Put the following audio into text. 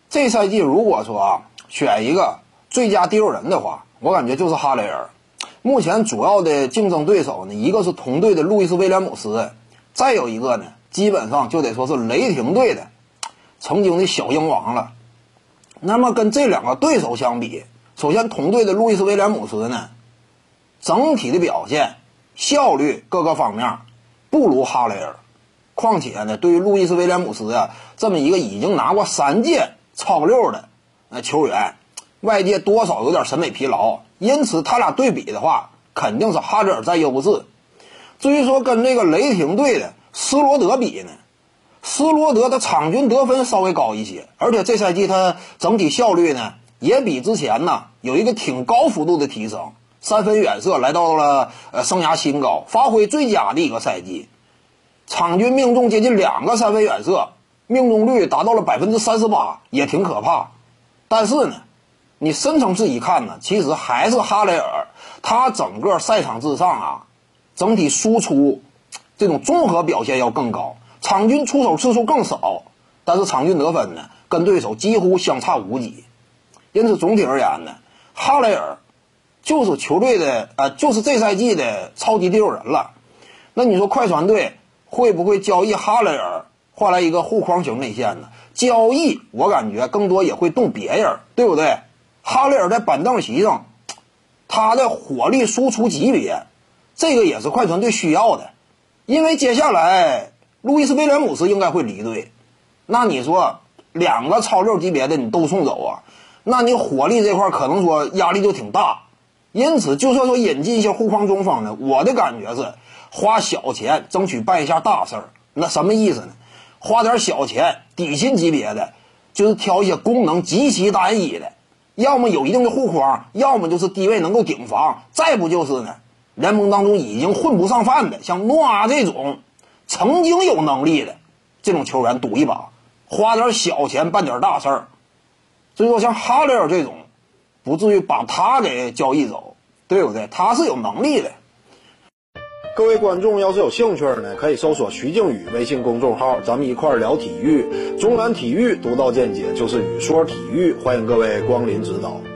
这赛季如果说选一个最佳第六人的话，我感觉就是哈雷尔。目前主要的竞争对手呢，一个是同队的路易斯威廉姆斯，再有一个呢，基本上就得说是雷霆队的曾经的小鹰王了。那么跟这两个对手相比，首先同队的路易斯威廉姆斯呢，整体的表现、效率各个方面不如哈雷尔。况且呢，对于路易斯威廉姆斯啊，这么一个已经拿过3届超六的球员，外界多少有点审美疲劳，因此他俩对比的话，肯定是哈雷尔占优势。至于说跟这个雷霆队的斯罗德比呢，斯罗德的场均得分稍微高一些，而且这赛季他整体效率呢也比之前呢有一个挺高幅度的提升，3分远射来到了生涯新高，发挥最佳的一个赛季，场均命中接近2个3分远射，命中率达到了38%，也挺可怕。但是呢，你深层次一看呢，其实还是哈雷尔他整个赛场之上啊，整体输出这种综合表现要更高，场均出手次数更少，但是场均得分呢跟对手几乎相差无几。因此总体而言呢，哈雷尔就是球队的就是这赛季的超级第六人了。那你说快船队会不会交易哈雷尔换来一个护框型内线呢？交易我感觉更多也会动别人，对不对？哈雷尔在板凳席上他的火力输出级别，这个也是快船队需要的。因为接下来路易斯威廉姆斯应该会离队，那你说2个超六级别的你都送走啊，那你火力这块可能说压力就挺大。因此就算说引进一些护框中锋呢，我的感觉是花小钱争取办一下大事儿。那什么意思呢？花点小钱底薪级别的，就是挑一些功能极其单一的，要么有一定的护框，要么就是低位能够顶防，再不就是呢联盟当中已经混不上饭的，像诺阿这种曾经有能力的这种球员赌一把，花点小钱办点大事儿。所以说像哈雷尔这种不至于把他给交易走，对不对？他是有能力的。 各位观众要是有兴趣呢，可以搜索徐静宇微信公众号，咱们一块聊体育，中南体育独到见解就是语说体育，欢迎各位光临指导。